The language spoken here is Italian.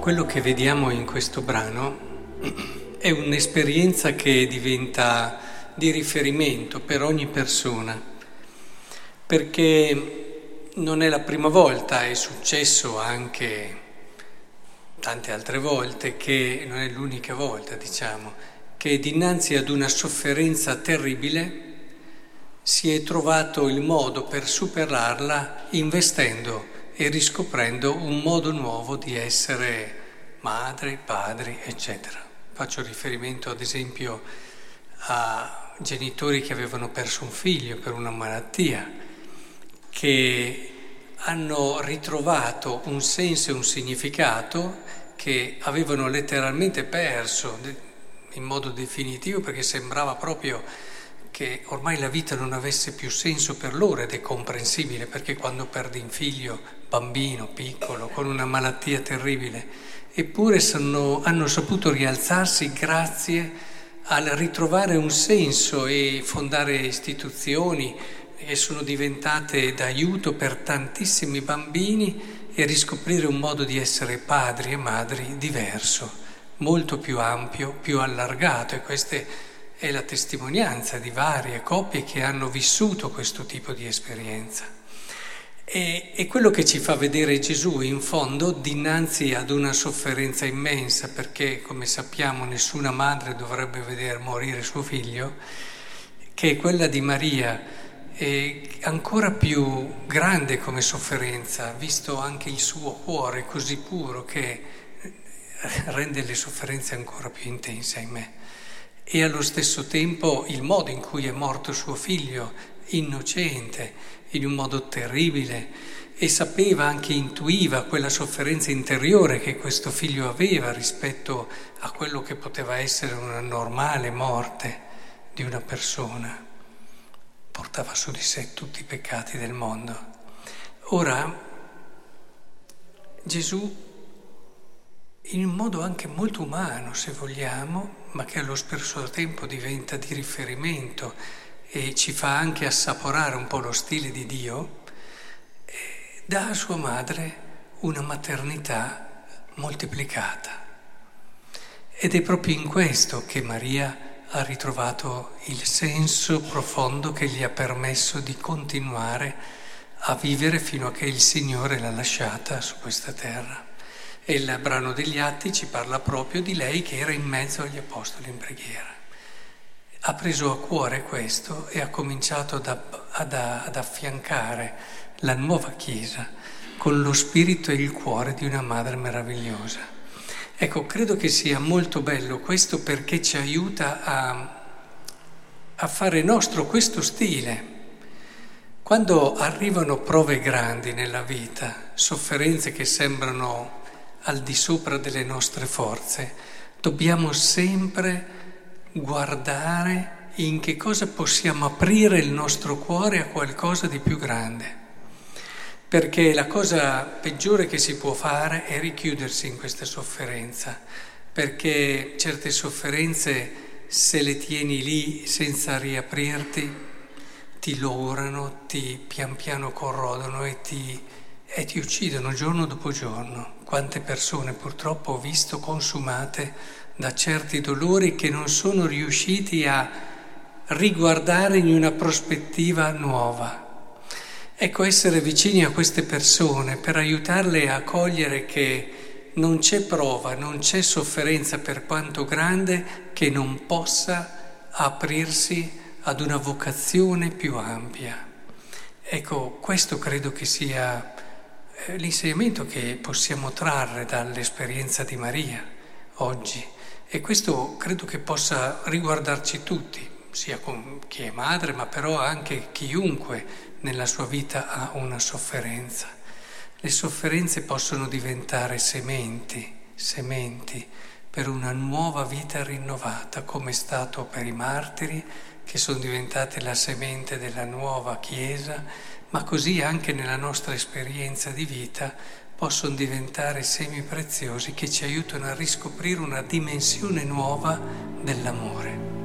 Quello che vediamo in questo brano è un'esperienza che diventa di riferimento per ogni persona, perché non è la prima volta, è successo anche tante altre volte, che non è l'unica volta, diciamo, che dinanzi ad una sofferenza terribile si è trovato il modo per superarla investendo e riscoprendo un modo nuovo di essere madri, padri, eccetera. Faccio riferimento ad esempio a genitori che avevano perso un figlio per una malattia, che hanno ritrovato un senso e un significato che avevano letteralmente perso in modo definitivo, perché sembrava proprio che ormai la vita non avesse più senso per loro, ed è comprensibile, perché quando perdi un figlio, bambino, piccolo, con una malattia terribile, eppure hanno saputo rialzarsi grazie al ritrovare un senso e fondare istituzioni che sono diventate d'aiuto per tantissimi bambini, e riscoprire un modo di essere padri e madri diverso, molto più ampio, più allargato, e questa è la testimonianza di varie coppie che hanno vissuto questo tipo di esperienza. E quello che ci fa vedere Gesù, in fondo, dinanzi ad una sofferenza immensa, perché, come sappiamo, nessuna madre dovrebbe vedere morire suo figlio, che è quella di Maria, è ancora più grande come sofferenza, visto anche il suo cuore così puro che rende le sofferenze ancora più intense, ahimè. E allo stesso tempo il modo in cui è morto suo figlio, innocente, in un modo terribile, e sapeva, anche intuiva quella sofferenza interiore che questo figlio aveva rispetto a quello che poteva essere una normale morte di una persona. Portava su di sé tutti i peccati del mondo. Ora Gesù, in un modo anche molto umano, se vogliamo, ma che allo stesso tempo diventa di riferimento e ci fa anche assaporare un po' lo stile di Dio, dà a sua madre una maternità moltiplicata. Ed è proprio in questo che Maria ha ritrovato il senso profondo che gli ha permesso di continuare a vivere fino a che il Signore l'ha lasciata su questa terra. E il brano degli Atti ci parla proprio di lei che era in mezzo agli apostoli in preghiera. Ha preso a cuore questo e ha cominciato ad affiancare la nuova Chiesa con lo spirito e il cuore di una madre meravigliosa. Ecco, credo che sia molto bello questo, perché ci aiuta a fare nostro questo stile. Quando arrivano prove grandi nella vita, sofferenze che sembrano al di sopra delle nostre forze, dobbiamo sempre guardare in che cosa possiamo aprire il nostro cuore a qualcosa di più grande. Perché la cosa peggiore che si può fare è richiudersi in questa sofferenza, perché certe sofferenze, se le tieni lì senza riaprirti, ti logorano, ti pian piano corrodono e ti uccidono giorno dopo giorno. Quante persone purtroppo ho visto consumate da certi dolori che non sono riusciti a riguardare in una prospettiva nuova. Ecco, essere vicini a queste persone per aiutarle a cogliere che non c'è prova, non c'è sofferenza, per quanto grande, che non possa aprirsi ad una vocazione più ampia. Ecco, questo credo che sia l'insegnamento che possiamo trarre dall'esperienza di Maria oggi, e questo credo che possa riguardarci tutti, sia con chi è madre, ma però anche chiunque nella sua vita ha una sofferenza. Le sofferenze possono diventare sementi per una nuova vita rinnovata, come è stato per i martiri, che sono diventate la semente della nuova Chiesa, ma così anche nella nostra esperienza di vita possono diventare semi preziosi che ci aiutano a riscoprire una dimensione nuova dell'amore.